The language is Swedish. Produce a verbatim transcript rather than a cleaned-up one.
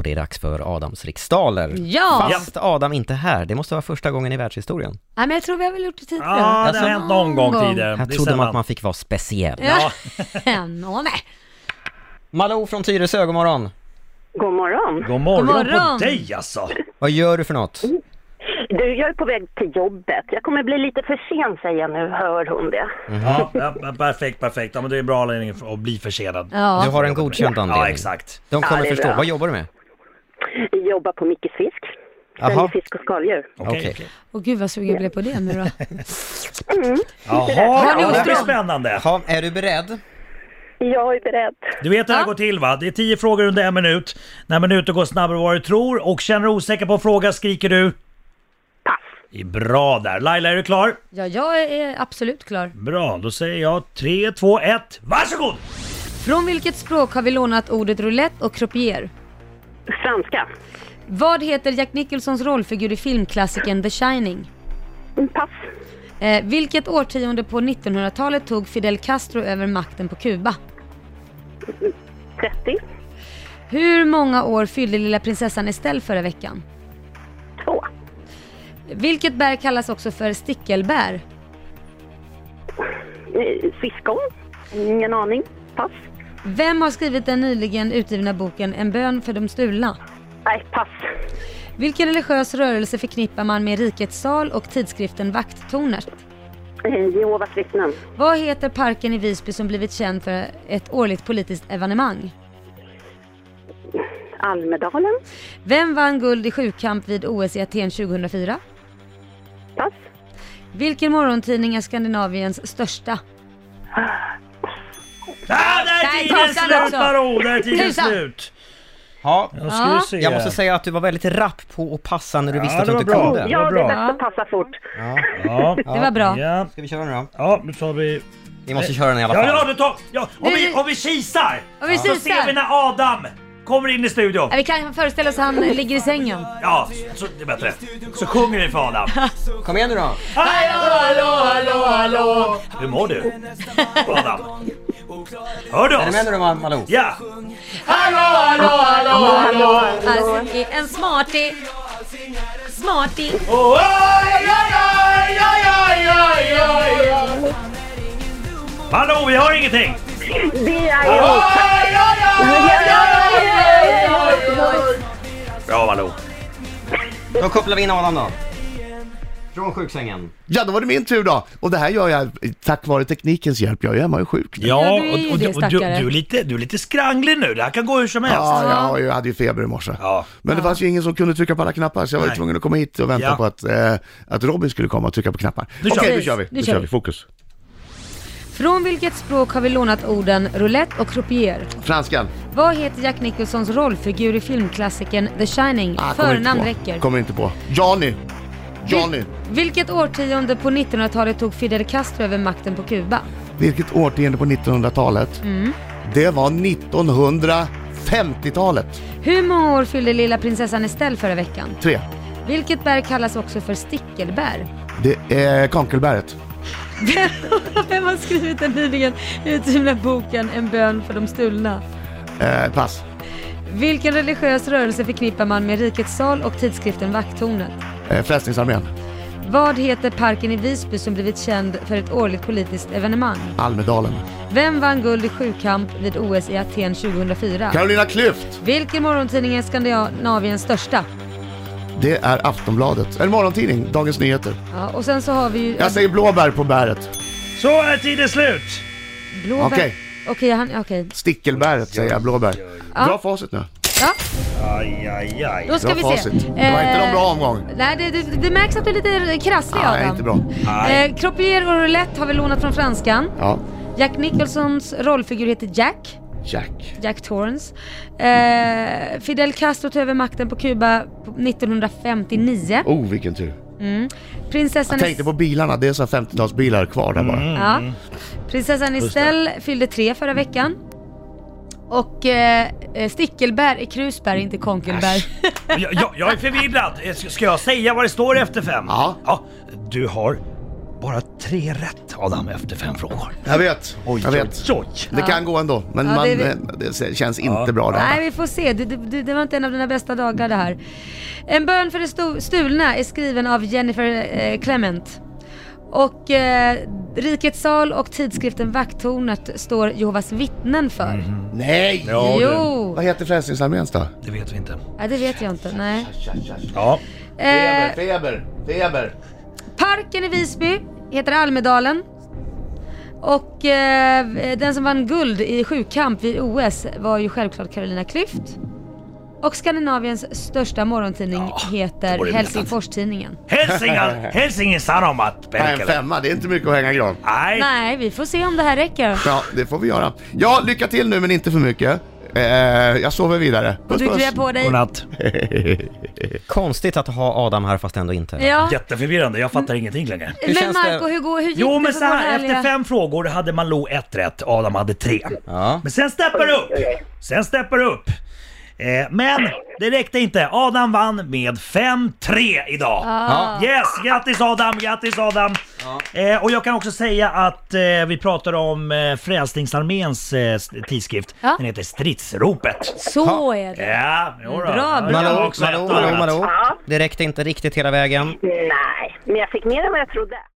det är dags för Adams riksdaler. Ja! Fast Adam inte här, det måste vara första gången i världshistorien. Nej, men jag tror vi har väl gjort det tidigare. Ja, det har Alltså, hänt någon gång tidigare. Här Det är trodde man sällan. att man fick vara speciell. Ja. Nå, nej. Malou från Tyresö, god morgon. God morgon. God morgon, God morgon. på dig alltså. Vad gör du för något? Du, jag är på väg till jobbet. Jag kommer bli lite för sen, säger nu, hör hon det. Ja, ja, perfekt, perfekt. Ja, men det är bra anledning för att bli försenad. Ja. Du har en godkänd anledning. Ja, exakt. De kommer Ja, det är förstå. bra. Vad jobbar du med? Jag jobbar på Mickes fisk. Jaha. Säljer fisk och skaldjur. Okej, Okej. okej. Och gud vad sugen jag blev på det nu då. Jaha, ni ja, det blir ostron? spännande. Ja, är du beredd? Jag är beredd. Du vet hur det här Ja. går till, va? Det är tio frågor under en minut. När minuten går snabbare vad du tror och känner du osäker på en fråga skriker du. Pass. Det är bra där. Laila, är du klar? Ja, jag är absolut klar. Bra, då säger jag tre, två, ett. Varsågod! Från vilket språk har vi lånat ordet roulette och croupier? Franska. Vad heter Jack Nicholsons rollfigur i filmklassikern The Shining? Mm, Pass. Eh, vilket årtionde på nittonhundratalet tog Fidel Castro över makten på Kuba? trettio. Hur många år fyllde lilla prinsessan Estelle förra veckan? två. Vilket bär kallas också för stickelbär? Eh, Fiskon. Ingen aning. Pass. Vem har skrivit den nyligen utgivna boken En bön för de stulna? Nej, pass. Vilken religiös rörelse förknippar man med Rikets sal och tidskriften Vakttornet? Eh, Jehovas vittnen. Vad heter parken i Visby som blivit känd för ett årligt politiskt evenemang? Almedalen. Vem vann guld i sjukamp vid O S i Aten tjugohundrafyra? Pass. Vilken morgontidning är Skandinaviens största? Ah, där är Nej, tiden klockan slut, också. Baro! Där är tiden Tusan. slut. Ja, Jag ska Ja. se. jag måste säga att du var väldigt rapp på att passa när du Ja, visste att det du var inte bra. kunde. Ja. Ja, det är bra. bäst att passa fort. Ja. Ja, Det var bra. ja. Ska vi köra nu då? Ja, nu tar vi... Vi måste köra den i alla fall. Ja, ja, du tar... Ja, om, vi, om vi kisar! Om vi Så kisar. ser vi när Adam kommer in i studion. Ja, vi kan föreställa oss att han ligger i sängen. Ja, så, det är bättre. Så sjunger vi för Adam. Kom igen nu då. Hallå, hallå, hallå, hallå. Hur mår du, Adam? Hör du Är du oss? med nu då, Malou? Ja. Hallå, hallå, hallå, hallå. Alltså, är en smarty. Smarty. Oh, oj, oj, oj, oj, oj, oj, oj. Hallå, vi har ingenting. Det är Oj, ju... oj, oj, oj, oj, oj. Bra, Malou. Då kopplar vi in Adam då. Från sjuksängen. Ja, då var det min tur då. Och det här gör jag tack vare teknikens hjälp. Jag är hemma och sjuk. Ja, Ja, och, du är ju och, det, och, du, du, stackare. är lite, du är lite skranglig nu. Det här kan gå hur som helst. Ja, jag, har ju- jag hade ju feber i morse. Ja. Men det fanns ju ingen som kunde trycka på alla knappar, så jag var ju Nej. tvungen att komma hit och vänta Ja. på att, eh, att Robin skulle komma och trycka på knappar. Nu Okej, kör vi. nu kör vi. Nu Nu kör kör vi. vi. Fokus. Från vilket språk har vi lånat orden roulette och croupier? Franskan. Vad heter Jack Nicholsons rollfigur i filmklassikern The Shining? Ah, kommer inte Förnamn på. räcker. Kommer inte på. Johnny. Johnny. Vil- vilket årtionde på nittonhundratalet tog Fidel Castro över makten på Kuba? Vilket årtionde på nittonhundratalet? Mm. Det var nittonhundrafemtiotalet. Hur många år fyllde lilla prinsessan Estelle förra veckan? Tre. Vilket bär kallas också för stickelbär? Det är Konkelberget. Vem, vem har skrivit den nyligen utgivna boken En bön för de stulna? Eh, pass. Vilken religiös rörelse förknippar man med Rikets sal och tidskriften Vakttornet? Eh, Frälsningsarmén. Vad heter parken i Visby som blivit känd för ett årligt politiskt evenemang? Almedalen. Vem vann guld i sjukamp vid O S i Aten tjugohundrafyra? Carolina Klüft. Vilken morgontidning är Skandinaviens största? Det är Aftonbladet. En morgontidning, Dagens Nyheter. Ja, och sen så har vi ju... Jag säger blåbär på bäret. Så är tiden slut. blåbär. Okej. Okej, han... Okej. Stickelbäret säger jag, blåbär. Ja. Bra facit nu. Ja, Aj, aj, aj. då ska Bra vi facit. se. Det var inte någon bra omgång. Nej, det, det, det märks att du är lite krasslig, Adam. Nej, inte bra. Eh, croupier och roulette har vi lånat från franskan. Ja, Jack Nicholsons rollfigur heter Jack. Jack. Jack Torrance. Eh, Fidel Castro tog över makten på Kuba på nittonhundrafemtionio. Oh, vilken tur. Mm. Prinsessan Jag tänkte på bilarna, det är så femtiotalsbilar kvar där bara. Ja. Prinsessan Estelle fyllde tre förra veckan. Och eh, stickelbär är krusbär, inte konkelbär. Jag, jag, jag är förvirrad. Ska jag säga vad det står efter fem? Ja. Ja. Du har Bara tre rätt, Adam, efter fem frågor. Jag vet, Oj, jag vet. oj, oj. Det kan gå ändå, men Ja, man, det- det, känns inte Ja. bra. Nej, vi får se. Det, det, det var inte en av dina bästa dagar det här. En bön för det sto- stulna är skriven av Jennifer eh, Clement. Och eh, Rikets sal och tidskriften Vakttornet står Jehovas vittnen för. Mm. Nej! Ja, Jo, Vad heter Frälsningsarméns då? det vet vi inte. nej, det vet jag inte. Nej. Ja. Feber, Eh, feber, feber. Parken i Visby heter Almedalen. Och eh, den som vann guld i sjukamp vid O S var ju självklart Carolina Klüft. Och Skandinaviens största morgontidning Ja, det heter borde vi Helsingfors-tidningen. Hälsingar, Hälsingen Sanomat, Nej, en Perkele. femma, det är inte mycket att hänga gran. Nej. Nej, vi får se om det här räcker. Ja, det får vi göra. Ja, lycka till nu men inte för mycket. Eh, jag sover vidare. Och du kliver på dig. Godnatt. Konstigt att ha Adam här fast ändå inte. Ja. Jätteförvirrande, jag fattar ingenting längre. Hur Men känns det? Marco, hur, går, hur gick Jo det men för så vår här, härliga- efter fem frågor hade Malou ett rätt, Adam hade tre. Ja. Men sen steppar det upp! Sen steppar det upp! Eh, men det räckte inte. Adam vann med fem tre idag. Ah. Yes, grattis Adam, grattis Adam. Eh, och jag kan också säga att eh, vi pratar om eh, Frälsningsarméns eh, tidskrift. Ja. Den heter Stridsropet. Så är det. Ja, jo då. Bra, Ja, bra. det var Malou, också ett Malou, och Malou, annat. Malou. Ja. Det räckte inte riktigt hela vägen. Nej, men jag fick mer än vad jag trodde.